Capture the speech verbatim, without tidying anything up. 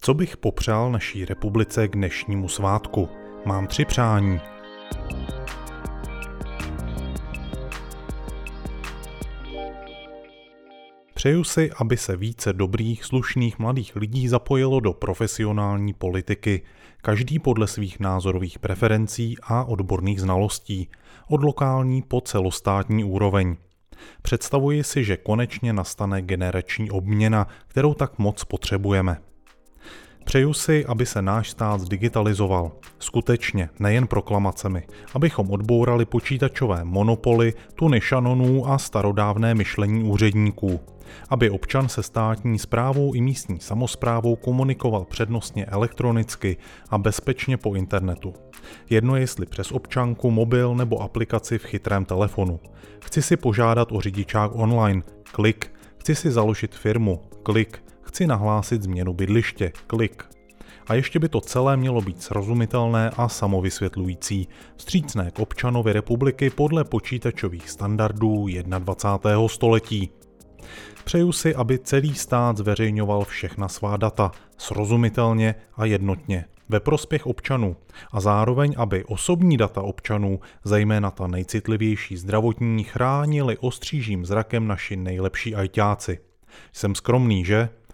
Co bych popřál naší republice k dnešnímu svátku? Mám tři přání. Přeju si, aby se více dobrých, slušných mladých lidí zapojilo do profesionální politiky, každý podle svých názorových preferencí a odborných znalostí, od lokální po celostátní úroveň. Představuji si, že konečně nastane generační obměna, kterou tak moc potřebujeme. Přeju si, aby se náš stát zdigitalizoval. Skutečně, nejen proklamacemi, abychom odbourali počítačové monopoly, tuny šanonů a starodávné myšlení úředníků. Aby občan se státní správou i místní samosprávou komunikoval přednostně elektronicky a bezpečně po internetu. Jedno jestli přes občanku, mobil nebo aplikaci v chytrém telefonu. Chci si požádat o řidičák online, klik. Chci si založit firmu, klik. Chci nahlásit změnu bydliště, klik. A ještě by to celé mělo být srozumitelné a samovysvětlující, vstřícné k občanovi republiky podle počítačových standardů dvacátého prvního století. Přeju si, aby celý stát zveřejňoval všechna svá data, srozumitelně a jednotně, ve prospěch občanů, a zároveň, aby osobní data občanů, zejména ta nejcitlivější zdravotní, chránili ostřížím zrakem naši nejlepší ajťáci. Jsem skromný, že?